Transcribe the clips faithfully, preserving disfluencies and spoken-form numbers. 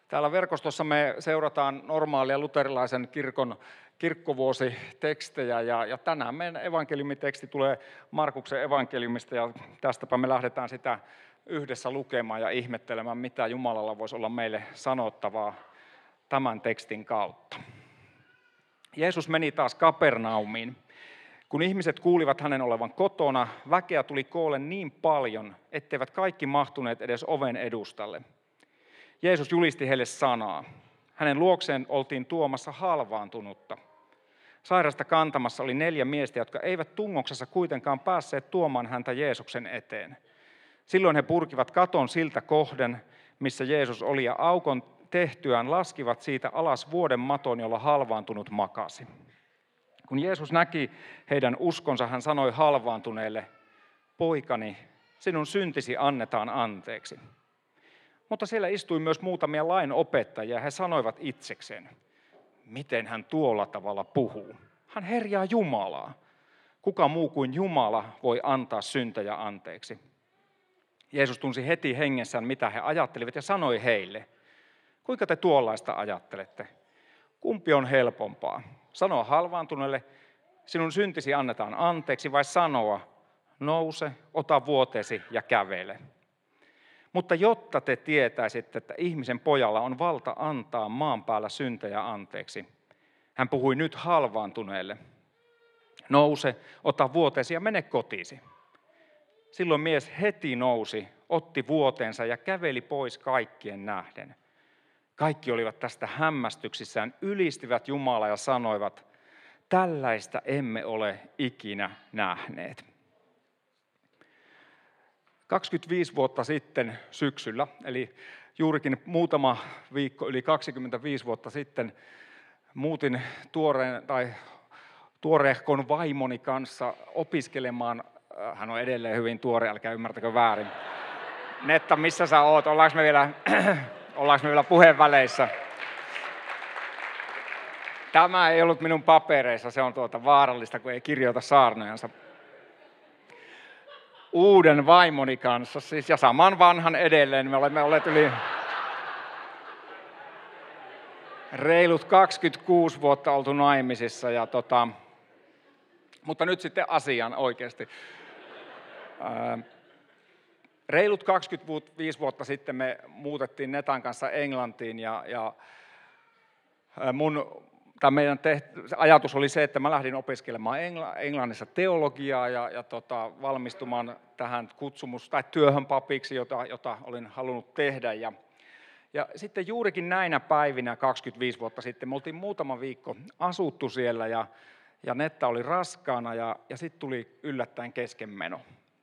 Täällä verkostossa me seurataan normaalia luterilaisen kirkon kirkkovuositekstejä ja, ja tänään meidän evankeliumiteksti tulee Markuksen evankeliumista ja tästäpä me lähdetään sitä yhdessä lukemaan ja ihmettelemään, mitä Jumalalla voisi olla meille sanottavaa tämän tekstin kautta. Jeesus meni taas Kapernaumiin. Kun ihmiset kuulivat hänen olevan kotona, väkeä tuli koolle niin paljon, etteivät kaikki mahtuneet edes oven edustalle. Jeesus julisti heille sanaa. Hänen luokseen oltiin tuomassa halvaantunutta. Sairasta kantamassa oli neljä miestä, jotka eivät tungoksessa kuitenkaan päässeet tuomaan häntä Jeesuksen eteen. Silloin he purkivat katon siltä kohden, missä Jeesus oli, ja aukon tehtyään laskivat siitä alas vuoden maton, jolla halvaantunut makasi. Kun Jeesus näki heidän uskonsa, hän sanoi halvaantuneelle, poikani, sinun syntisi annetaan anteeksi. Mutta siellä istui myös muutamia lainopettajia, he sanoivat itsekseen, miten hän tuolla tavalla puhuu. Hän herjaa Jumalaa. Kuka muu kuin Jumala voi antaa syntejä anteeksi? Jeesus tunsi heti hengessään, mitä he ajattelivat, ja sanoi heille, kuinka te tuollaista ajattelette? Kumpi on helpompaa? Sanoa halvaantuneelle, sinun syntisi annetaan anteeksi, vai sanoa, nouse, ota vuoteesi ja kävele. Mutta jotta te tietäisitte, että ihmisen pojalla on valta antaa maan päällä syntejä anteeksi, hän puhui nyt halvaantuneelle, nouse, ota vuoteesi ja mene kotiisi. Silloin mies heti nousi, otti vuoteensa ja käveli pois kaikkien nähden. Kaikki olivat tästä hämmästyksissään, ylistivät Jumalaa ja sanoivat, tällaista emme ole ikinä nähneet. kaksikymmentäviisi vuotta sitten syksyllä, eli juurikin muutama viikko yli kaksikymmentäviisi vuotta sitten, muutin tuoreen, tai tuorehkon vaimoni kanssa opiskelemaan. Hän on edelleen hyvin tuore, älkää ymmärtäkö väärin. Netta, missä sä oot? Ollaanko me vielä, ollaanko me vielä puheenväleissä? Tämä ei ollut minun papereissa, se on tuota vaarallista, kun ei kirjoita saarnojansa. Uuden vaimoni kanssa, siis, ja saman vanhan edelleen. Me olemme olleet yli reilut kaksikymmentäkuusi vuotta oltu naimisissa. Ja tota, mutta nyt sitten asiaan oikeasti. Ää, reilut kaksikymmentäviisi vuotta sitten me muutettiin Netan kanssa Englantiin ja, ja mun... Tämä meidän tehty, ajatus oli se, että mä lähdin opiskelemaan Englannissa teologiaa ja, ja tota, valmistumaan tähän kutsumus- tai työhön papiksi, jota, jota olin halunnut tehdä. Ja, ja sitten juurikin näinä päivinä kaksikymmentäviisi vuotta sitten, me oltiin muutama viikko asuttu siellä ja, ja Netta oli raskaana ja, ja sitten tuli yllättäen keskenmeno.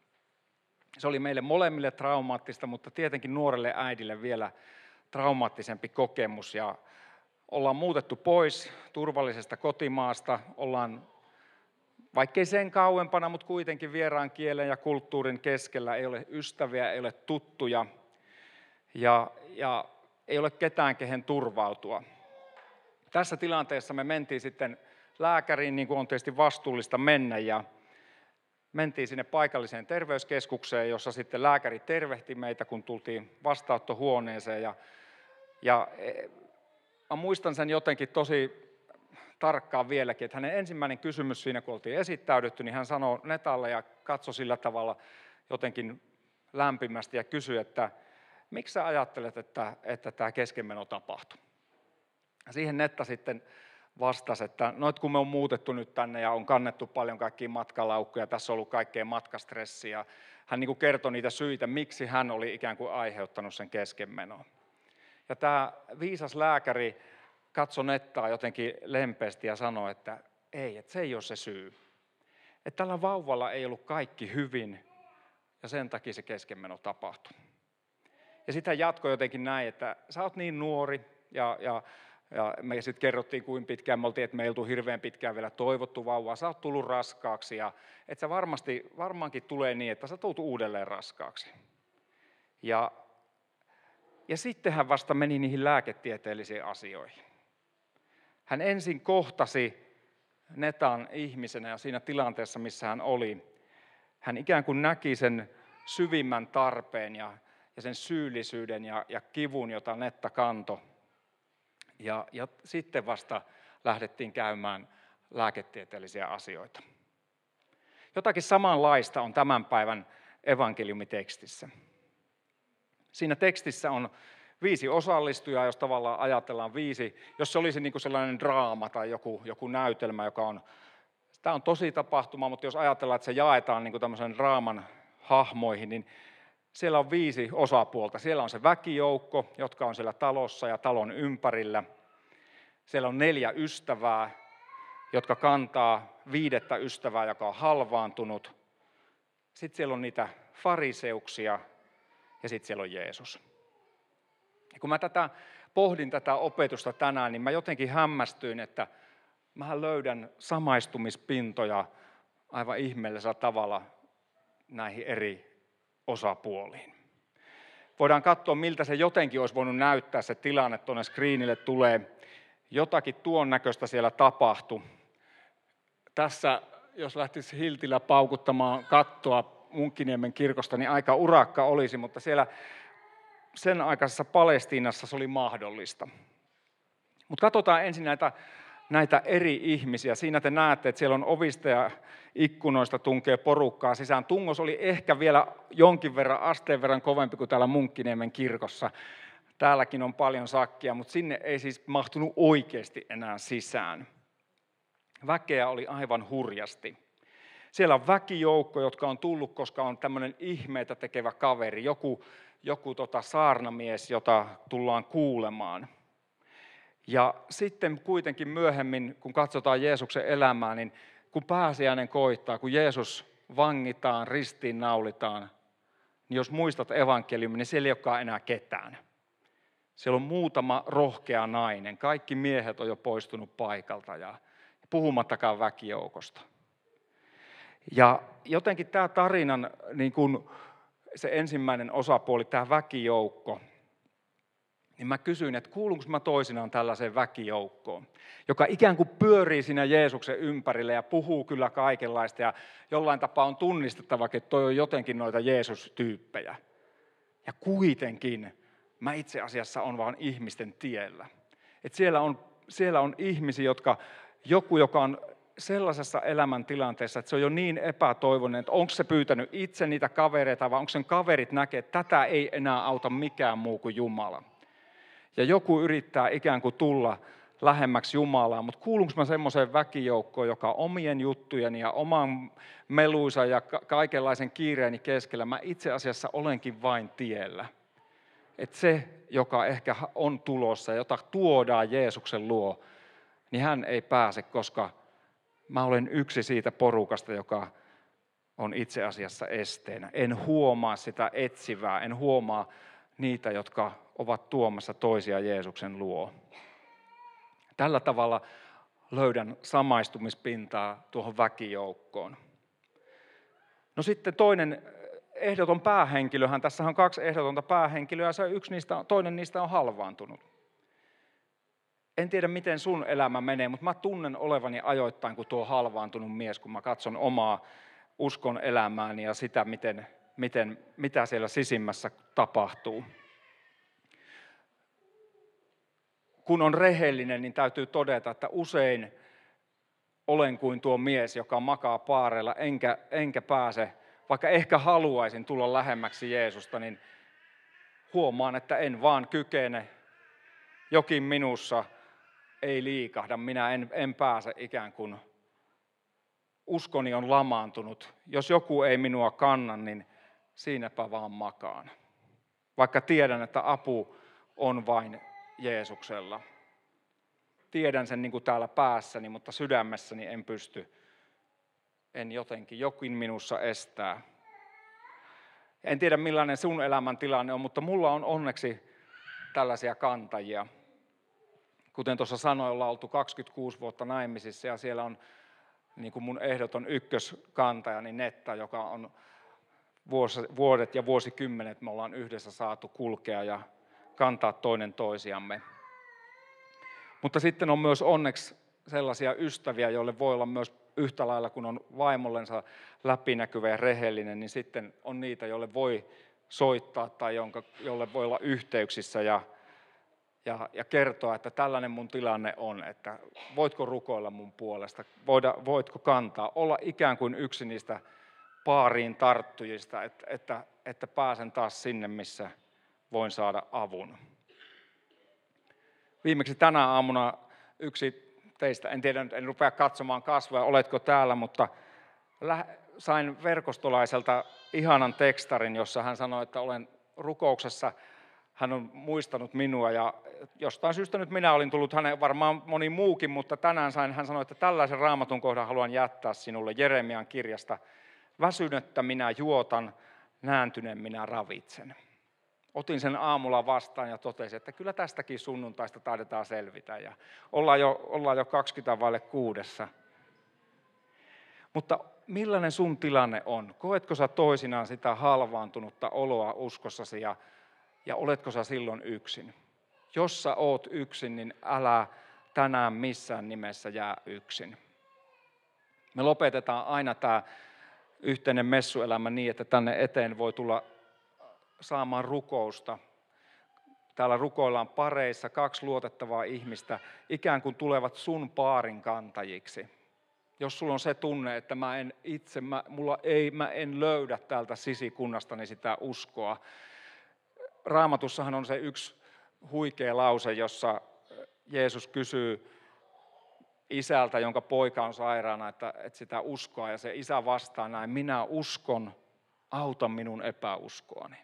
Se oli meille molemmille traumaattista, mutta tietenkin nuorelle äidille vielä traumaattisempi kokemus. Ja ollaan muutettu pois turvallisesta kotimaasta, ollaan vaikkei sen kauempana, mutta kuitenkin vieraan kielen ja kulttuurin keskellä, ei ole ystäviä, ei ole tuttuja ja, ja ei ole ketään, kehen turvautua. Tässä tilanteessa me mentiin sitten lääkäriin, niin kuin on tietysti vastuullista mennä, ja mentiin sinne paikalliseen terveyskeskukseen, jossa sitten lääkäri tervehti meitä, kun tultiin vastaanottohuoneeseen ja, ja mä muistan sen jotenkin tosi tarkkaan vieläkin, että hänen ensimmäinen kysymys siinä, kun oltiin esittäydytty, niin hän sanoi Netalle ja katsoi sillä tavalla jotenkin lämpimästi ja kysyi, että miksi sä ajattelet, että, että tämä keskenmeno tapahtui? Siihen Netta sitten vastasi, että no, että kun me on muutettu nyt tänne ja on kannettu paljon kaikkia matkalaukkuja, tässä on ollut kaikkea matkastressiä. Hän niin kuin kertoi niitä syitä, miksi hän oli ikään kuin aiheuttanut sen keskenmenon. Ja tämä viisas lääkäri katsoi Nettaa jotenkin lempeästi ja sanoi, että ei, että se ei ole se syy. Että tällä vauvalla ei ollut kaikki hyvin ja sen takia se keskenmeno tapahtui. Ja sitten hän jatkoi jotenkin näin, että sä oot niin nuori ja, ja, ja me sitten kerrottiin kuinka pitkään, me oltiin, että me ei oltu hirveän pitkään vielä toivottu vauvaa, sä oot tullut raskaaksi ja että se varmasti, varmaankin tulee niin, että sä tulet uudelleen raskaaksi. Ja Ja sitten hän vasta meni niihin lääketieteellisiin asioihin. Hän ensin kohtasi Netan ihmisenä ja siinä tilanteessa, missä hän oli. Hän ikään kuin näki sen syvimmän tarpeen ja, ja sen syyllisyyden ja, ja kivun, jota Netta kantoi Ja, ja sitten vasta lähdettiin käymään lääketieteellisiä asioita. Jotakin samanlaista on tämän päivän evankeliumitekstissä. Siinä tekstissä on viisi osallistujaa, jos tavallaan ajatellaan viisi, jos se olisi niin kuin sellainen draama tai joku, joku näytelmä, joka on, tämä on tosi tapahtuma, mutta jos ajatellaan, että se jaetaan niin kuin tämmöisen draaman hahmoihin, niin siellä on viisi osapuolta. Siellä on se väkijoukko, jotka on siellä talossa ja talon ympärillä. Siellä on neljä ystävää, jotka kantaa viidettä ystävää, joka on halvaantunut. Sitten siellä on niitä fariseuksia ja sitten siellä on Jeesus. Ja kun mä tätä, pohdin tätä opetusta tänään, niin mä jotenkin hämmästyin, että mä löydän samaistumispintoja aivan ihmeellisellä tavalla näihin eri osapuoliin. Voidaan katsoa, miltä se jotenkin olisi voinut näyttää se tilanne, tuonne screenille tulee. Jotakin tuon näköistä siellä tapahtui. Tässä, jos lähtisi Hiltilä paukuttamaan kattoa Munkkiniemen kirkosta, niin aika urakka olisi, mutta siellä sen aikaisessa Palestiinassa se oli mahdollista. Mutta katsotaan ensin näitä, näitä eri ihmisiä. Siinä te näette, että siellä on ovista ja ikkunoista tunkee porukkaa sisään. Tungos oli ehkä vielä jonkin verran, asteen verran kovempi kuin täällä Munkkiniemen kirkossa. Täälläkin on paljon sakkia, mutta sinne ei siis mahtunut oikeasti enää sisään. Väkeä oli aivan hurjasti. Siellä on väkijoukko, jotka on tullut, koska on tämmöinen ihmeitä tekevä kaveri, joku, joku tota saarnamies, jota tullaan kuulemaan. Ja sitten kuitenkin myöhemmin, kun katsotaan Jeesuksen elämää, niin kun pääsiäinen koittaa, kun Jeesus vangitaan, ristiin naulitaan, niin jos muistat evankeliumin, niin siellä ei olekaan enää ketään. Siellä on muutama rohkea nainen. Kaikki miehet on jo poistunut paikalta ja puhumattakaan väkijoukosta. Ja jotenkin tämä tarinan niin kun se ensimmäinen osapuoli, tämä väkijoukko, niin mä kysyin, että kuulunko mä toisinaan tällaiseen väkijoukkoon, joka ikään kuin pyörii siinä Jeesuksen ympärille ja puhuu kyllä kaikenlaista ja jollain tapaa on tunnistettava, että toi on jotenkin noita Jeesus-tyyppejä. Ja kuitenkin mä itse asiassa on vaan ihmisten tiellä. Että siellä on, siellä on ihmisiä, jotka, joku, joka on sellaisessa elämäntilanteessa, että se on jo niin epätoivoinen, että onko se pyytänyt itse niitä kavereita vai onko sen kaverit näkee, että tätä ei enää auta mikään muu kuin Jumala. Ja joku yrittää ikään kuin tulla lähemmäksi Jumalaa, mutta kuulunko mä semmoiseen väkijoukkoon, joka omien juttujeni ja oman meluisan ja kaikenlaisen kiireeni keskellä, mä itse asiassa olenkin vain tiellä. Että se, joka ehkä on tulossa, jota tuodaan Jeesuksen luo, niin hän ei pääse, koska mä olen yksi siitä porukasta, joka on itse asiassa esteenä. En huomaa sitä etsivää, en huomaa niitä, jotka ovat tuomassa toisia Jeesuksen luo. Tällä tavalla löydän samaistumispintaa tuohon väkijoukkoon. No sitten toinen ehdoton päähenkilöhän, tässä on kaksi ehdotonta päähenkilöä, ja yksi niistä, toinen niistä on halvaantunut. En tiedä, miten sun elämä menee, mutta mä tunnen olevani ajoittain kuin tuo halvaantunut mies, kun mä katson omaa uskon elämääni ja sitä, miten, miten, mitä siellä sisimmässä tapahtuu. Kun on rehellinen, niin täytyy todeta, että usein olen kuin tuo mies, joka makaa paareilla, enkä, enkä pääse, vaikka ehkä haluaisin tulla lähemmäksi Jeesusta, niin huomaan, että en vaan kykene. Jokin minussa ei liikahda, minä en, en pääse ikään kuin, uskoni on lamaantunut. Jos joku ei minua kanna, niin siinäpä vaan makaan. Vaikka tiedän, että apu on vain Jeesuksella. Tiedän sen niin kuin täällä päässäni, mutta sydämessäni en pysty. En jotenkin, jokin minussa estää. En tiedä millainen sun elämän tilanne on, mutta mulla on onneksi tällaisia kantajia. Kuten tuossa sanoin, ollaan oltu kaksikymmentäkuusi vuotta naimisissa ja siellä on niin kuin mun ehdoton ykköskantajani Netta, joka on vuodet ja vuosikymmenet me ollaan yhdessä saatu kulkea ja kantaa toinen toisiamme. Mutta sitten on myös onneksi sellaisia ystäviä, joille voi olla myös yhtä lailla, kun on vaimollensa läpinäkyvä ja rehellinen, niin sitten on niitä, joille voi soittaa tai jonka, jolle voi olla yhteyksissä ja, ja, ja kertoa, että tällainen mun tilanne on, että voitko rukoilla mun puolesta, Voida, voitko kantaa, olla ikään kuin yksi niistä paariin tarttujista, että, että, että pääsen taas sinne, missä voin saada avun. Viimeksi tänä aamuna yksi teistä, en tiedä, en rupea katsomaan kasvoja, oletko täällä, mutta sain verkostolaiselta ihanan tekstarin, jossa hän sanoi, että olen rukouksessa, hän on muistanut minua ja jostain syystä nyt minä olin tullut, hänen varmaan moni muukin, mutta tänään sain, hän sanoi, että tällaisen raamatun kohdan haluan jättää sinulle Jeremian kirjasta. Väsynyttä minä juotan, nääntyneen minä ravitsen. Otin sen aamulla vastaan ja totesin, että kyllä tästäkin sunnuntaista taidetaan selvitä ja ollaan jo, ollaan jo kaksikymmentä vaille kuudessa. Mutta millainen sun tilanne on? Koetko sä toisinaan sitä halvaantunutta oloa uskossasi ja, ja oletko sä silloin yksin? Jos sä oot yksin, niin älä tänään missään nimessä jää yksin. Me lopetetaan aina tämä yhteinen messuelämä niin, että tänne eteen voi tulla saamaan rukousta. Täällä rukoillaan pareissa kaksi luotettavaa ihmistä, ikään kuin tulevat sun paarin kantajiksi. Jos sulla on se tunne, että mä en itse, mä, mulla ei, mä en löydä täältä sisikunnastani sitä uskoa. Raamatussahan on se yksi huikea lause, jossa Jeesus kysyy isältä, jonka poika on sairaana, että, että sitä uskoa. Ja se isä vastaa näin, minä uskon, auta minun epäuskoani.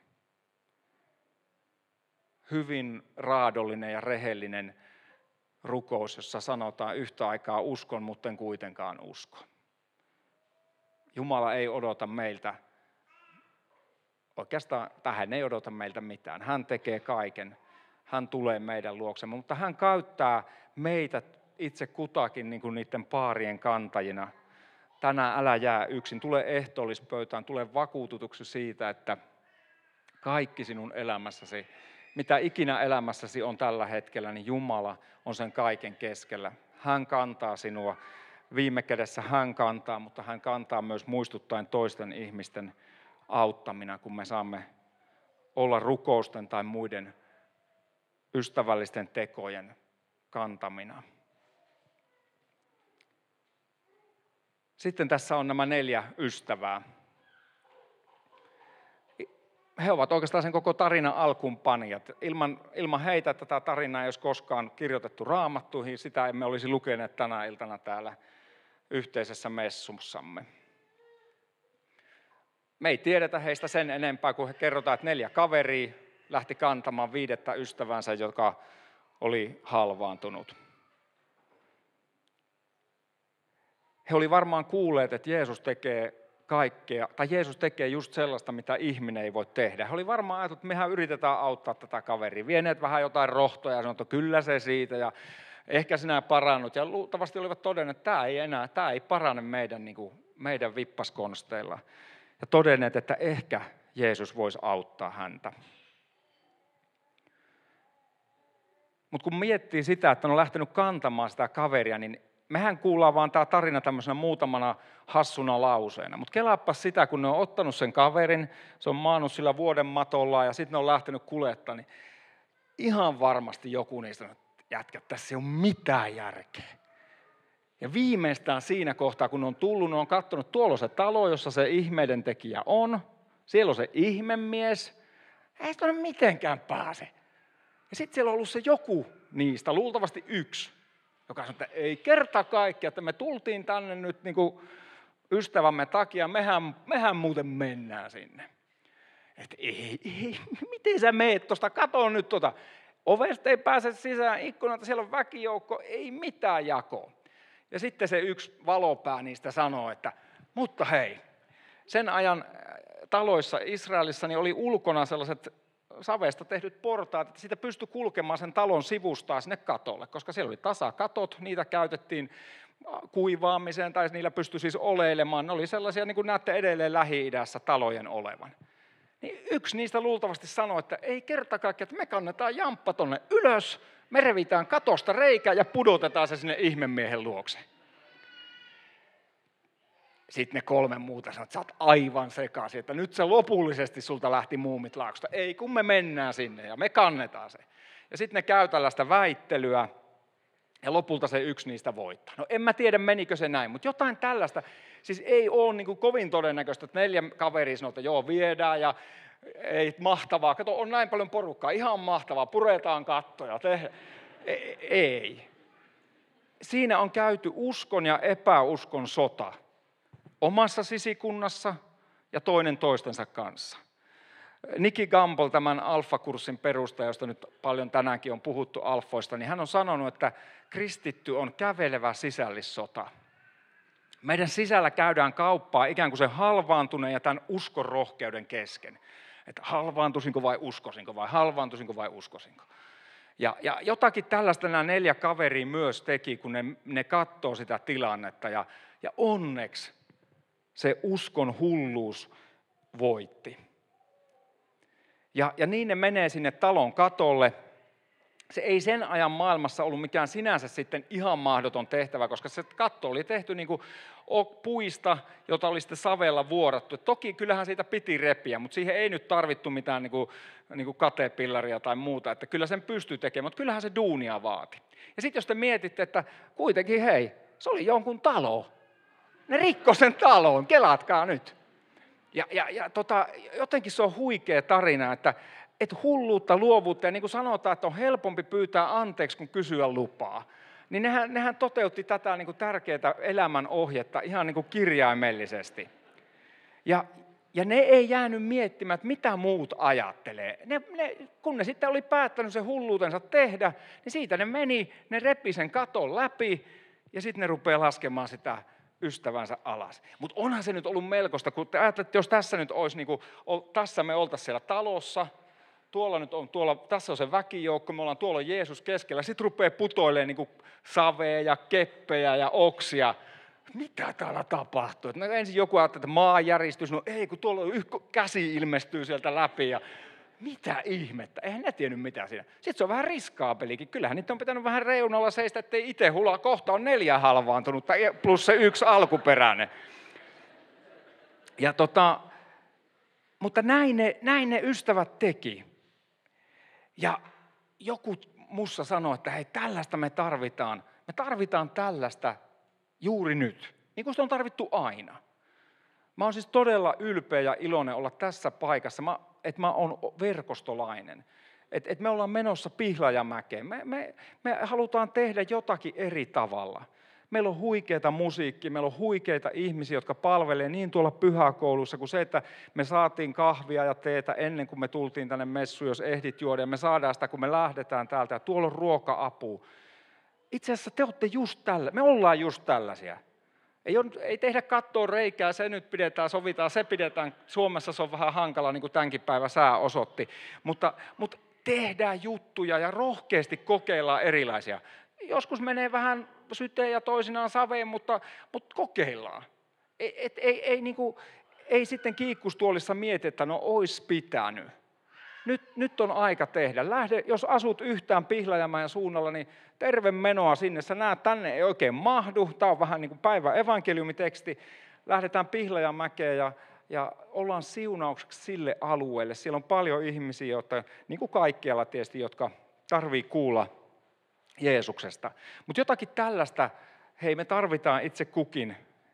Hyvin raadollinen ja rehellinen rukous, jossa sanotaan yhtä aikaa uskon, mutta en kuitenkaan usko. Jumala ei odota meiltä, oikeastaan tähän ei odota meiltä mitään. Hän tekee kaiken, hän tulee meidän luoksemme, mutta hän käyttää meitä itse kutakin niin kuin niiden paarien kantajina. Tänään älä jää yksin, tule ehtoollispöytään, tule vakuututuksi siitä, että kaikki sinun elämässäsi, mitä ikinä elämässäsi on tällä hetkellä, niin Jumala on sen kaiken keskellä. Hän kantaa sinua, viime kädessä hän kantaa, mutta hän kantaa myös muistuttaen toisten ihmisten auttamina, kun me saamme olla rukousten tai muiden ystävällisten tekojen kantamina. Sitten tässä on nämä neljä ystävää. He ovat oikeastaan sen koko tarinan alkuunpanijat. Ilman, ilman heitä tätä tarinaa ei olisi koskaan kirjoitettu raamattuihin. Sitä emme olisi lukeneet tänä iltana täällä yhteisessä messussamme. Me ei tiedetä heistä sen enempää, kun he kerrotaan, että neljä kaveria lähti kantamaan viidettä ystävänsä, joka oli halvaantunut. He oli varmaan kuulleet, että Jeesus tekee kaikkea, tai Jeesus tekee just sellaista, mitä ihminen ei voi tehdä. He oli varmaan ajatellut, että mehän yritetään auttaa tätä kaveria. Vieneet vähän jotain rohtoja ja sanottu, kyllä se siitä, ja ehkä sinä parannut. Ja luultavasti olivat todenneet, että tämä ei enää, tämä ei parane meidän, niin kuin, meidän vippaskonsteilla. Ja todenneet, että ehkä Jeesus voisi auttaa häntä. Mutta kun miettii sitä, että on lähtenyt kantamaan sitä kaveria, niin mehän kuullaan vaan tämä tarina tämmöisenä muutamana hassuna lauseena. Mutta kelaappa sitä, kun ne on ottanut sen kaverin, se on maannut sillä vuoden matolla ja sitten ne on lähtenyt kuljettaa, niin ihan varmasti joku niistä on, että jätkä, tässä ei ole mitään järkeä. Ja viimeistään siinä kohtaa, kun ne on tullut, ne on katsonut, tuolla on se talo, jossa se ihmeiden tekijä on. Siellä on se ihmemies. Ei sitä ole mitenkään pääse. Ja sitten siellä on ollut se joku niistä, luultavasti yksi, joka sanoi, että ei kerta kaikkiaan, että me tultiin tänne nyt niin kuin ystävämme takia, mehän, mehän muuten mennään sinne. Että ei, ei, miten sä meet tuosta, kato nyt tuota, ovesta ei pääse sisään, ikkunalta siellä on väkijoukko, ei mitään jakoa. Ja sitten se yksi valopää niistä sanoo, että mutta hei, sen ajan taloissa Israelissa niin oli ulkona sellaiset savesta tehdyt portaat, että siitä pystyi kulkemaan sen talon sivustaan sinne katolle, koska siellä oli tasakatot, niitä käytettiin kuivaamiseen tai niillä pystyi siis oleilemaan. Ne oli sellaisia, niin kuin näette edelleen Lähi-idässä talojen olevan. Niin yksi niistä luultavasti sanoi, että ei kerta kaikkiaan, että me kannetaan jamppa tonne ylös, me revitään katosta reikä ja pudotetaan se sinne ihmemiehen luokse. Sitten ne kolme muuta sanoo, että sä oot aivan sekaisin, että nyt se lopullisesti sulta lähti muumit laaksosta. Ei, kun me mennään sinne ja me kannetaan se. ja sitten ne käy tällaista väittelyä, ja lopulta se yksi niistä voittaa. No en mä tiedä, menikö se näin, mutta jotain tällaista. Siis ei ole niin kuin kovin todennäköistä, että neljä kaveria sanoo, että joo, viedään ja ei mahtavaa. Kato, on näin paljon porukkaa, ihan mahtavaa, puretaan kattoja. Te... Ei. Siinä on käyty uskon ja epäuskon sota. Omassa sisikunnassa ja toinen toistensa kanssa. Nicky Gamble, tämän alfakurssin perustaja, josta nyt paljon tänäänkin on puhuttu alfoista, niin hän on sanonut, että kristitty on kävelevä sisällissota. Meidän sisällä käydään kauppaa ikään kuin sen halvaantuneen ja tämän uskon rohkeuden kesken. Että halvaantuisinko vai uskoisinko vai halvaantuisinko vai uskoisinko. Ja, ja jotakin tällaista nämä neljä kaveria myös teki, kun ne, ne katsoo sitä tilannetta. Ja, ja onneksi se uskon hulluus voitti. Ja, ja niin ne menee sinne talon katolle. Se ei sen ajan maailmassa ollut mikään sinänsä sitten ihan mahdoton tehtävä, koska se katto oli tehty niin kuin puista, jota oli sitten savella vuorattu. Et toki kyllähän siitä piti repiä, mutta siihen ei nyt tarvittu mitään niin kuin, niin kuin katepillaria tai muuta. Että kyllä sen pystyy tekemään, mutta kyllähän se duunia vaati. Ja sitten jos te mietitte, että kuitenkin hei, se oli jonkun talo. Ne rikkoi sen talon, kelatkaa nyt. Ja, ja, ja tota, jotenkin se on huikea tarina, että, että hulluutta, luovuutta, ja niin kuin sanotaan, että on helpompi pyytää anteeksi kuin kysyä lupaa. Niin nehän, nehän toteutti tätä niin kuin tärkeää elämän ohjetta ihan niin kuin kirjaimellisesti. Ja, ja ne ei jäänyt miettimään, että mitä muut ajattelee. Ne, ne, kun ne sitten oli päättänyt sen hulluutensa tehdä, niin siitä ne meni, ne repi sen katon läpi, ja sitten ne rupeaa laskemaan sitä ystävänsä alas. Mutta onhan se nyt ollut melkoista, kun te ajattelette, että jos tässä nyt olisi, niin kuin, tässä me oltaisiin siellä talossa, tuolla nyt on, tuolla, tässä on se väkijoukko, me ollaan tuolla on Jeesus keskellä, sitten rupeaa putoilemaan niin kuin savea ja keppejä ja oksia. Mitä täällä tapahtuu? No ensin joku ajattelee, että maanjäristys, no ei, kun tuolla on yhtä käsi ilmestyy sieltä läpi ja mitä ihmettä, eihän ne tiennyt mitä siinä. Sitten se on vähän riskaapelikin. Kyllähän niitä on pitänyt vähän reunalla seistä, ettei itse hulaa. Kohta on neljä halvaantunutta plus se yksi alkuperäinen. Ja tota, mutta näin ne, näin ne ystävät teki. Ja joku mussa sanoi, että hei, tällaista me tarvitaan. Me tarvitaan tällaista juuri nyt, niin kuin sitä on tarvittu aina. Mä oon siis todella ylpeä ja iloinen olla tässä paikassa, mä, että mä oon verkostolainen. Että et me ollaan menossa Pihlajamäkeen. Me, me, me halutaan tehdä jotakin eri tavalla. Meillä on huikeita musiikkia, meillä on huikeita ihmisiä, jotka palvelee niin tuolla pyhäkoulussa kuin se, että me saatiin kahvia ja teetä ennen kuin me tultiin tänne messuun, jos ehdit juoda. Ja me saadaan sitä, kun me lähdetään täältä. Ja tuolla on ruoka-apu. Itse asiassa te olette just tällä, me ollaan just tällaisia. Ei, ole, ei tehdä kattoon reikää, se nyt pidetään, sovitaan, se pidetään. Suomessa se on vähän hankala, niin kuin tämänkin päivän sää osoitti. Mutta, mutta tehdään juttuja ja rohkeasti kokeillaan erilaisia. Joskus menee vähän syteen ja toisinaan saveen, mutta, mutta kokeillaan. Ei, et, ei, ei, niin kuin, ei sitten kiikkustuolissa mieti, että no ois pitänyt. Nyt, nyt on aika tehdä. Lähde, jos asut yhtään Pihlajamäen suunnalla, niin terve menoa sinne. Sä näet, tänne ei oikein mahdu. Tämä on vähän niin kuin päivän evankeliumiteksti. Lähdetään Pihlajamäkeen ja, ja ollaan siunaukseksi sille alueelle. Siellä on paljon ihmisiä, jotka, niin kuin kaikkialla tietysti, jotka tarvii kuulla Jeesuksesta. Mutta jotakin tällaista, hei, me tarvitaan itse kukin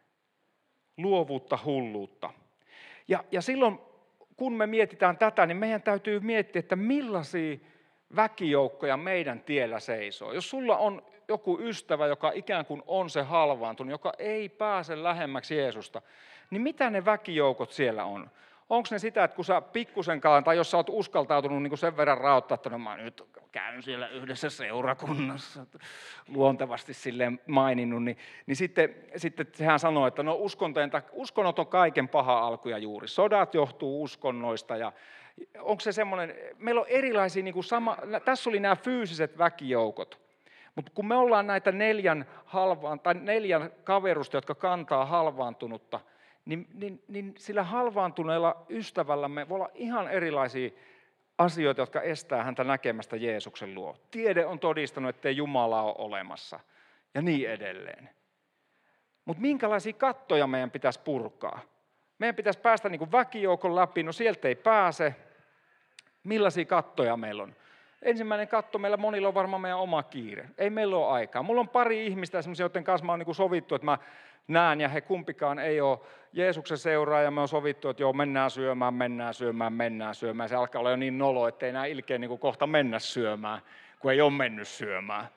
luovuutta, hulluutta. Ja, ja silloin, kun me mietitään tätä, niin meidän täytyy miettiä, että millaisia väkijoukkoja meidän tiellä seisoo. Jos sulla on joku ystävä, joka ikään kuin on se halvaantunut, joka ei pääse lähemmäksi Jeesusta, niin mitä ne väkijoukot siellä on? Onko ne sitä, että kun sä pikkusenkaan, tai jos sä oot uskaltautunut niin kuin sen verran raottaa, että no mä nyt käyn siellä yhdessä seurakunnassa, luontevasti silleen maininnut, niin, niin sitten, sitten sehän sanoo, että no uskonnot on kaiken paha alkuja juuri. Sodat johtuu uskonnoista ja onko se semmoinen, meillä on erilaisia, niin kuin sama, tässä oli nämä fyysiset väkijoukot, mutta kun me ollaan näitä neljän, halvaan, tai neljän kaverusta, jotka kantaa halvaantunutta, Niin, niin, niin sillä halvaantuneella ystävällämme voi olla ihan erilaisia asioita, jotka estää häntä näkemästä Jeesuksen luo. Tiede on todistanut, ettei Jumalaa ole olemassa ja niin edelleen. Mutta minkälaisia kattoja meidän pitäisi purkaa? Meidän pitäisi päästä niin kuin väkijoukon läpi, no sieltä ei pääse. Millaisia kattoja meillä on? ensimmäinen katto, meillä monilla on varmaan meidän oma kiire. Ei meillä ole aikaa. Mulla on pari ihmistä, semmoisia, joiden kanssa mä oon niin kuin sovittu, että mä näen, ja he kumpikaan ei ole Jeesuksen seuraaja, me on sovittu, että joo, mennään syömään, mennään syömään, mennään syömään. Se alkaa olla jo niin nolo, että ei enää ilkeä niin kuin kohta mennä syömään, kun ei ole mennyt syömään.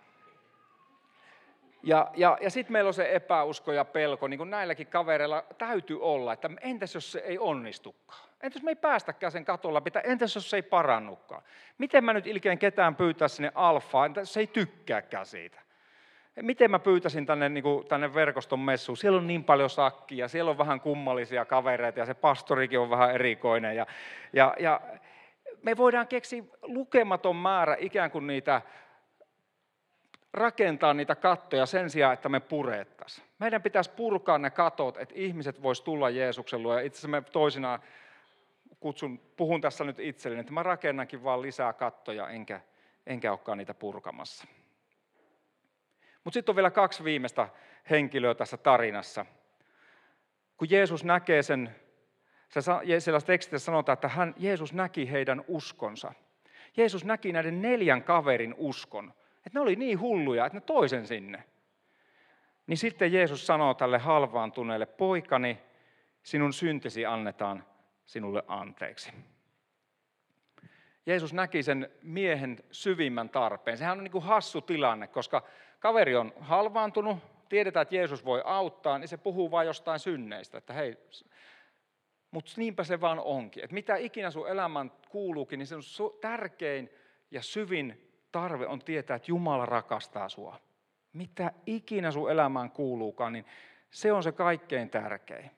Ja, ja, ja sitten meillä on se epäusko ja pelko, niin kuin näilläkin kavereilla täytyy olla, että entäs jos se ei onnistukaan? Entäs me ei päästäkään sen katon läpi, entäs jos se ei parannukaan? Miten mä nyt ilkeän ketään pyytää sinne alfaan, entäs se ei tykkääkään siitä? Miten mä pyytäisin tänne, niin kuin, tänne verkoston messuun? Siellä on niin paljon sakkia, siellä on vähän kummallisia kavereita ja se pastorikin on vähän erikoinen. Ja, ja, ja me voidaan keksiä lukematon määrä ikään kuin niitä, rakentaa niitä kattoja sen sijaan, että me purettaisiin. Meidän pitäisi purkaa ne katot, että ihmiset vois tulla Jeesuksen luo. Ja itse asiassa me toisinaan kutsun, puhun tässä nyt itselleni, että mä rakennankin vaan lisää kattoja, enkä, enkä olekaan niitä purkamassa. Mutta sitten on vielä kaksi viimeistä henkilöä tässä tarinassa. Kun Jeesus näkee sen, se, siellä tekstissä sanotaan, että hän, Jeesus näki heidän uskonsa. Jeesus näki näiden neljän kaverin uskon. Että ne oli niin hulluja, että ne toi sen sinne. Niin sitten Jeesus sanoo tälle halvaantuneelle, poikani, sinun syntisi annetaan sinulle anteeksi. Jeesus näki sen miehen syvimmän tarpeen. Sehän on niin kuin hassu tilanne, koska kaveri on halvaantunut, tiedetään, että Jeesus voi auttaa, niin se puhuu vain jostain synneistä, että hei, mutta niinpä se vaan onkin. Että mitä ikinä sun elämään kuuluukin, niin se on tärkein ja syvin tarve on tietää, että Jumala rakastaa sua. Mitä ikinä sun elämään kuuluukaan, niin se on se kaikkein tärkein.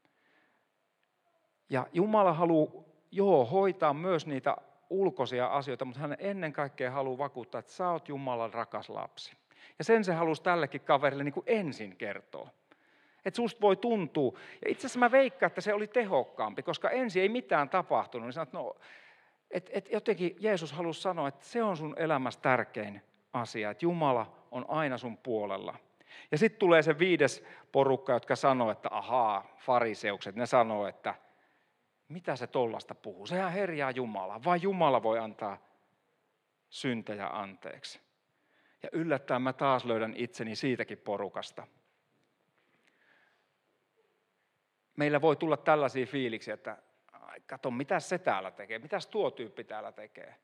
Ja Jumala haluaa, joo, hoitaa myös niitä ulkoisia asioita, mutta hän ennen kaikkea haluaa vakuuttaa, että sä oot Jumalan rakas lapsi. Ja sen se halusi tällekin kaverille niin kuin ensin kertoa. Että susta voi tuntua. Ja itse asiassa mä veikkaan, että se oli tehokkaampi, koska ensin ei mitään tapahtunut. Niin sanoit, no, että et jotenkin Jeesus halusi sanoa, että se on sun elämässä tärkein asia, että Jumala on aina sun puolella. Ja sitten tulee se viides porukka, jotka sanoo, että ahaa, fariseukset, ne sanoo, että mitä se tollasta puhuu? Sehän herjaa Jumalaa, vai Jumala voi antaa syntejä anteeksi. Ja yllättäen mä taas löydän itseni siitäkin porukasta. Meillä voi tulla tällaisia fiiliksiä, että kato, mitä se täällä tekee, mitäs tuo tyyppi täällä tekee.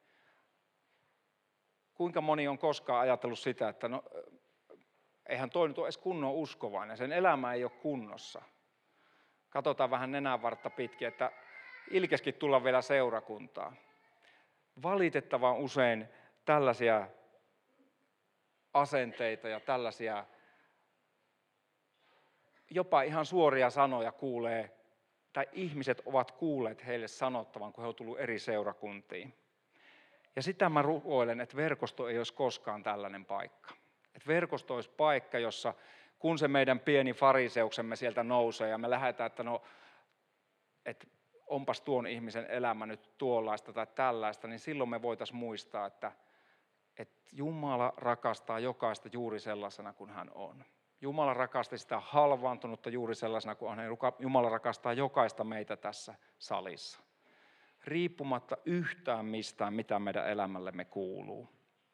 Kuinka moni on koskaan ajatellut sitä, että no, eihän toi nyt ole edes kunnon uskovainen, sen elämä ei ole kunnossa. Katsotaan vähän nenänvartta pitkin, että ilkeskin tulla vielä seurakuntaa. Valitettavan usein tällaisia asenteita ja tällaisia jopa ihan suoria sanoja kuulee, tai ihmiset ovat kuulleet heille sanottavan, kun he ovat tulleet eri seurakuntiin. Ja sitä mä rukoilen, että verkosto ei olisi koskaan tällainen paikka. Että verkosto olisi paikka, jossa kun se meidän pieni fariseuksemme sieltä nousee ja me lähdetään, että no, että onpas tuon ihmisen elämä nyt tuollaista tai tällaista, niin silloin me voitaisiin muistaa, että, että Jumala rakastaa jokaista juuri sellaisena kuin hän on. Jumala rakasti sitä halvaantunutta juuri sellaisena kuin hän on. Jumala rakastaa jokaista meitä tässä salissa. Riippumatta yhtään mistään, mitä meidän elämällemme kuuluu.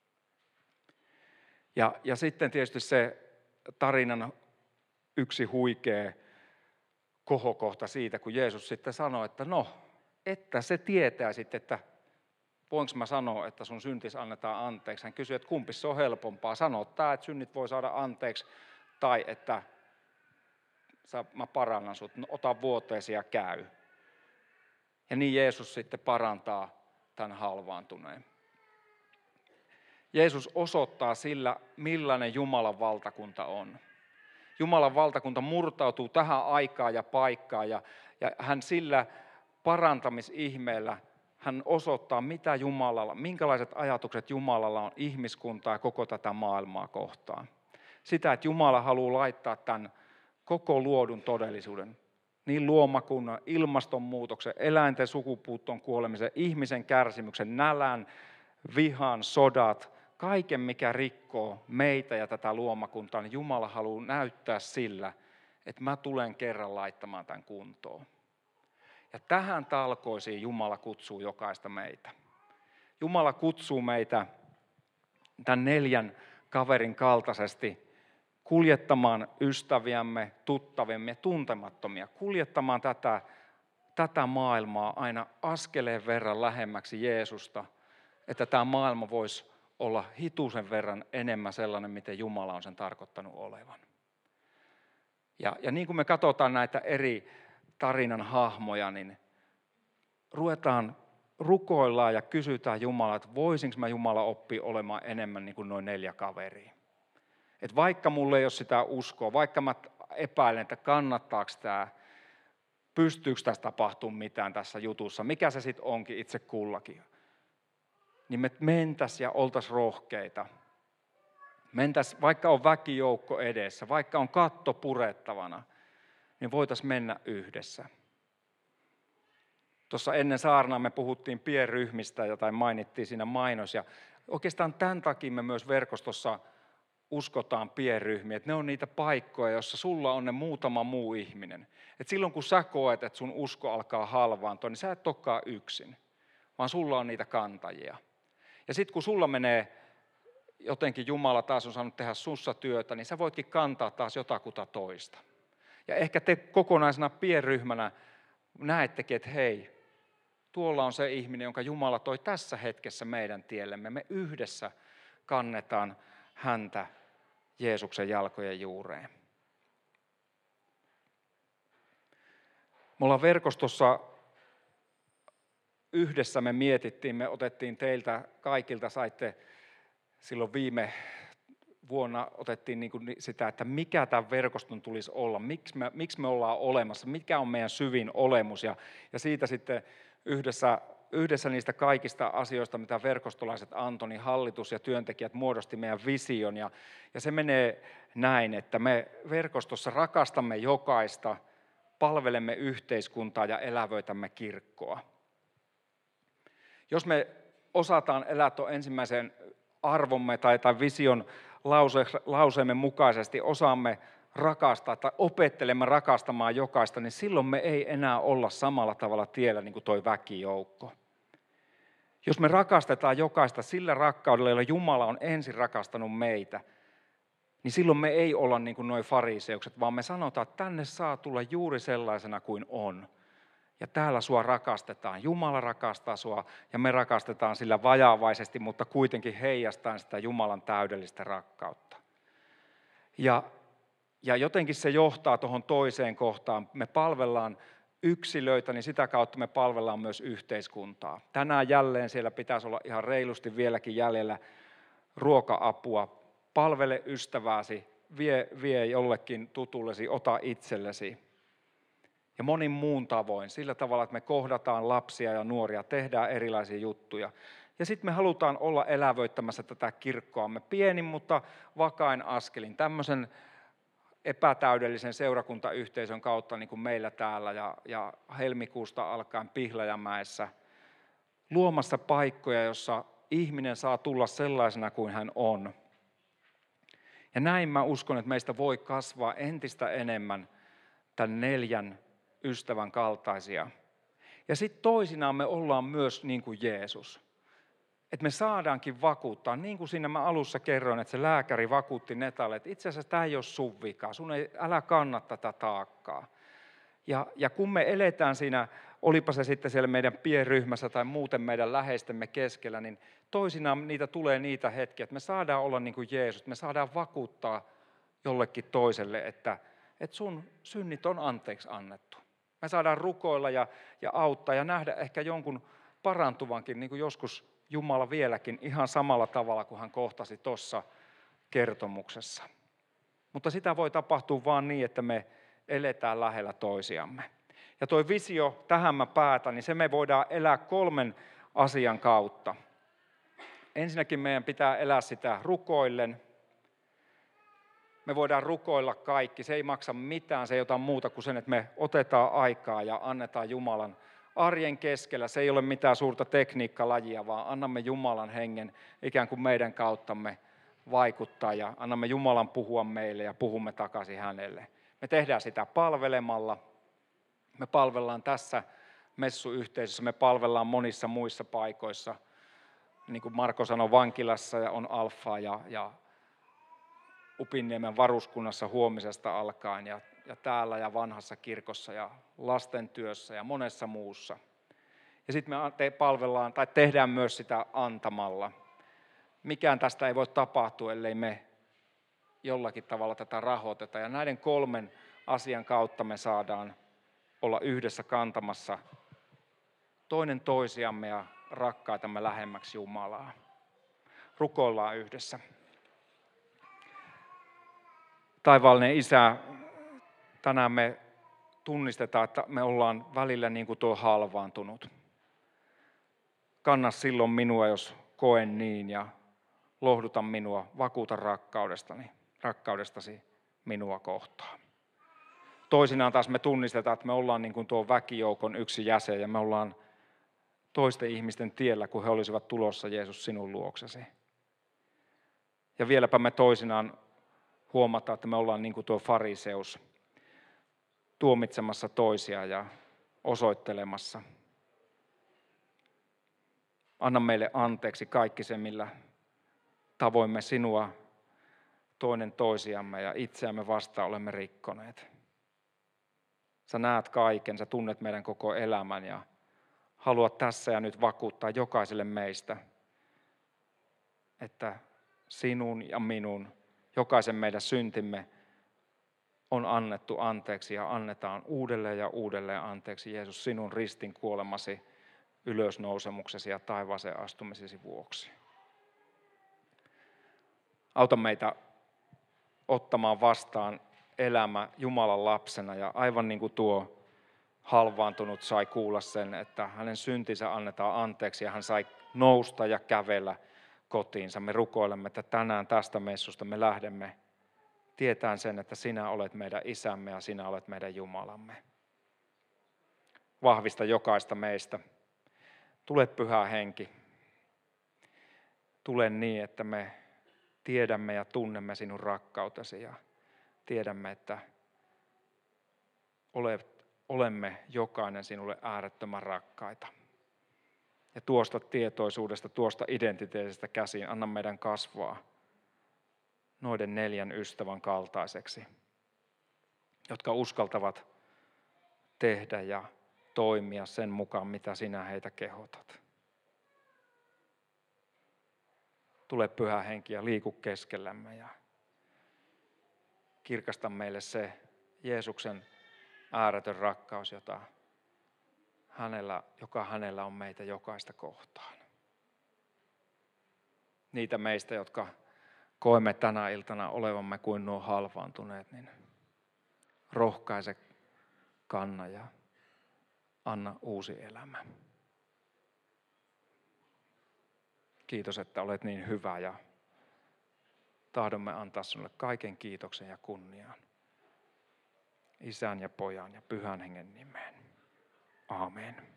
Ja, ja sitten tietysti se tarinan yksi huikea kohokohta siitä, kun Jeesus sitten sanoi, että no, että se tietää sitten, että voinko mä sanoa, että sun syntis annetaan anteeksi. Hän kysyi, että kumpi se on helpompaa. Sano tämä, että synnit voi saada anteeksi, tai että mä parannan sut, no, ota vuoteesi ja käy. Ja niin Jeesus sitten parantaa tämän halvaantuneen. Jeesus osoittaa sillä, millainen Jumalan valtakunta on. Jumalan valtakunta murtautuu tähän aikaan ja paikkaan, ja, ja hän sillä parantamisihmeellä, hän osoittaa, mitä Jumalalla, minkälaiset ajatukset Jumalalla on ihmiskuntaa ja koko tätä maailmaa kohtaan. Sitä, että Jumala haluaa laittaa tämän koko luodun todellisuuden, niin luomakunnan, ilmastonmuutoksen, eläinten sukupuuttoon kuolemisen, ihmisen kärsimyksen, nälän, vihan, sodat, kaiken mikä rikkoo meitä ja tätä luomakuntaa, niin Jumala haluaa näyttää sillä, että mä tulen kerran laittamaan tämän kuntoon. Ja tähän talkoisiin Jumala kutsuu jokaista meitä. Jumala kutsuu meitä tämän neljän kaverin kaltaisesti kuljettamaan ystäviämme, tuttaviamme ja tuntemattomia, kuljettamaan tätä, tätä maailmaa aina askeleen verran lähemmäksi Jeesusta, että tämä maailma voisi olla hitusen verran enemmän sellainen, miten Jumala on sen tarkoittanut olevan. Ja, ja niin kuin me katsotaan näitä eri tarinan hahmoja, niin ruvetaan rukoillaan ja kysytään Jumalaa, että voisinko mä Jumala oppia olemaan enemmän niin kuin noin neljä kaveria. Että vaikka mulla ei ole sitä uskoa, vaikka mä epäilen, että kannattaako tämä, pystyykö tässä tapahtumaan mitään tässä jutussa, mikä se sitten onkin itse kullakin, niin me mentäisiin ja oltaisiin rohkeita. Mentäisiin, vaikka on väkijoukko edessä, vaikka on katto purettavana, niin voitaisiin mennä yhdessä. Tuossa ennen saarnaa me puhuttiin pienryhmistä, jota mainittiin siinä mainos. Ja oikeastaan tämän takia me myös verkostossa uskotaan pienryhmiä. Että ne on niitä paikkoja, jossa sulla on ne muutama muu ihminen. Et silloin kun sä koet, että sun usko alkaa halvaantua, niin sä et olekaan yksin, vaan sulla on niitä kantajia. Ja sitten kun sulla menee jotenkin Jumala taas on saanut tehdä sussa työtä, niin sä voitkin kantaa taas jotakuta toista. Ja ehkä te kokonaisena pienryhmänä näettekin, että hei, tuolla on se ihminen, jonka Jumala toi tässä hetkessä meidän tiellemme. Me yhdessä kannetaan häntä Jeesuksen jalkojen juureen. Me ollaan verkostossa yhdessä me mietittiin, me otettiin teiltä kaikilta, saitte silloin viime vuonna otettiin niin kuin sitä, että mikä tämän verkoston tulisi olla, miksi me, miksi me ollaan olemassa, mikä on meidän syvin olemus. Ja, ja siitä sitten yhdessä, yhdessä niistä kaikista asioista, mitä verkostolaiset antoi, niin hallitus ja työntekijät muodosti meidän vision. Ja, ja se menee näin, että me verkostossa rakastamme jokaista, palvelemme yhteiskuntaa ja elävöitämme kirkkoa. Jos me osataan elää tuon ensimmäisen arvomme tai, tai vision lause, lauseemme mukaisesti, osaamme rakastaa tai opettelemme rakastamaan jokaista, niin silloin me ei enää olla samalla tavalla tiellä niin kuin toi väkijoukko. Jos me rakastetaan jokaista sillä rakkaudella, jolla Jumala on ensin rakastanut meitä, niin silloin me ei olla niin kuin noi fariseukset, vaan me sanotaan, että tänne saa tulla juuri sellaisena kuin on. Ja täällä sua rakastetaan. Jumala rakastaa sua ja me rakastetaan sillä vajaavaisesti, mutta kuitenkin heijastaen sitä Jumalan täydellistä rakkautta. Ja, ja jotenkin se johtaa tuohon toiseen kohtaan. Me palvellaan yksilöitä, niin sitä kautta me palvellaan myös yhteiskuntaa. Tänään jälleen siellä pitäisi olla ihan reilusti vieläkin jäljellä ruoka-apua. Palvele ystävääsi, vie, vie jollekin tutullesi, ota itsellesi. Ja monin muun tavoin, sillä tavalla, että me kohdataan lapsia ja nuoria, tehdään erilaisia juttuja. Ja sitten me halutaan olla elävöittämässä tätä kirkkoamme pienin, mutta vakain askelin. Tämmöisen epätäydellisen seurakuntayhteisön kautta, niin kuin meillä täällä ja, ja helmikuusta alkaen Pihlajamäessä, luomassa paikkoja, jossa ihminen saa tulla sellaisena kuin hän on. Ja näin mä uskon, että meistä voi kasvaa entistä enemmän tämän neljän ystävän kaltaisia. Ja sitten toisinaan me ollaan myös niin kuin Jeesus. Että me saadaankin vakuuttaa, niin kuin siinä mä alussa kerroin, että se lääkäri vakuutti Netalle, että itse asiassa tämä ei ole sun vika, sun ei, älä kanna tätä taakkaa. Ja, ja kun me eletään siinä, olipa se sitten siellä meidän pienryhmässä tai muuten meidän läheistemme keskellä, niin toisinaan niitä tulee niitä hetkiä, että me saadaan olla niin kuin Jeesus, me saadaan vakuuttaa jollekin toiselle, että, että sun synnit on anteeksi annettu. Me saadaan rukoilla ja, ja auttaa ja nähdä ehkä jonkun parantuvankin, niin kuin joskus Jumala vieläkin ihan samalla tavalla kuin hän kohtasi tuossa kertomuksessa. Mutta sitä voi tapahtua vaan niin, että me eletään lähellä toisiamme. Ja tuo visio, tähän mä päätän, niin se me voidaan elää kolmen asian kautta. Ensinnäkin meidän pitää elää sitä rukoillen. Me voidaan rukoilla kaikki, se ei maksa mitään, se ei ota muuta kuin sen, että me otetaan aikaa ja annetaan Jumalan arjen keskellä. Se ei ole mitään suurta tekniikkalajia, vaan annamme Jumalan hengen ikään kuin meidän kauttamme vaikuttaa ja annamme Jumalan puhua meille ja puhumme takaisin hänelle. Me tehdään sitä palvelemalla, me palvellaan tässä messuyhteisössä, me palvellaan monissa muissa paikoissa. niin kuin Marko sanoi, vankilassa ja on alfaa ja, ja Upinniemen varuskunnassa huomisesta alkaen ja, ja täällä ja vanhassa kirkossa ja lasten työssä ja monessa muussa. Ja sitten me te palvellaan tai tehdään myös sitä antamalla. Mikään tästä ei voi tapahtua, ellei me jollakin tavalla tätä rahoiteta. Ja näiden kolmen asian kautta me saadaan olla yhdessä kantamassa toinen toisiamme ja rakkaitamme lähemmäksi Jumalaa. Rukoillaan yhdessä. Taivaallinen Isä, tänään me tunnistetaan, että me ollaan välillä niin kuin tuo halvaantunut. Kanna silloin minua, jos koen niin, ja lohduta minua, vakuuta rakkaudestani, rakkaudestasi minua kohtaan. Toisinaan taas me tunnistetaan, että me ollaan niin kuin tuo väkijoukon yksi jäsen, ja me ollaan toisten ihmisten tiellä, kun he olisivat tulossa, Jeesus, sinun luoksesi. Ja vieläpä me toisinaan huomataan, että me ollaan niin kuin tuo fariseus, tuomitsemassa toisia ja osoittelemassa. Anna meille anteeksi kaikki se, millä tavoin me sinua, toinen toisiamme ja itseämme vastaan olemme rikkoneet. Sä näet kaiken, sä tunnet meidän koko elämän ja haluat tässä ja nyt vakuuttaa jokaiselle meistä, että sinun ja minun, jokaisen meidän syntimme on annettu anteeksi ja annetaan uudelleen ja uudelleen anteeksi, Jeesus, sinun ristin kuolemasi, ylösnousemuksesi ja taivaaseen astumisesi vuoksi. Auta meitä ottamaan vastaan elämä Jumalan lapsena ja aivan niin kuin tuo halvaantunut sai kuulla sen, että hänen syntinsä annetaan anteeksi ja hän sai nousta ja kävellä kotiinsa. Me rukoilemme, että tänään tästä messusta me lähdemme tietäen sen, että sinä olet meidän isämme ja sinä olet meidän Jumalamme. Vahvista jokaista meistä. Tule Pyhä Henki. Tule niin, että me tiedämme ja tunnemme sinun rakkautesi ja tiedämme, että olemme jokainen sinulle äärettömän rakkaita. Ja tuosta tietoisuudesta, tuosta identiteetistä käsin anna meidän kasvaa noiden neljän ystävän kaltaiseksi, jotka uskaltavat tehdä ja toimia sen mukaan, mitä sinä heitä kehotat. Tule Pyhä Henki ja liiku keskellämme ja kirkasta meille se Jeesuksen ääretön rakkaus, jota hänellä, joka hänellä on meitä jokaista kohtaan. Niitä meistä, jotka koemme tänä iltana olevamme kuin nuo halvaantuneet, niin rohkaise, kanna ja anna uusi elämä. Kiitos, että olet niin hyvä ja tahdomme antaa sinulle kaiken kiitoksen ja kunnian. Isän ja Pojan ja Pyhän Hengen nimeen. Aamen.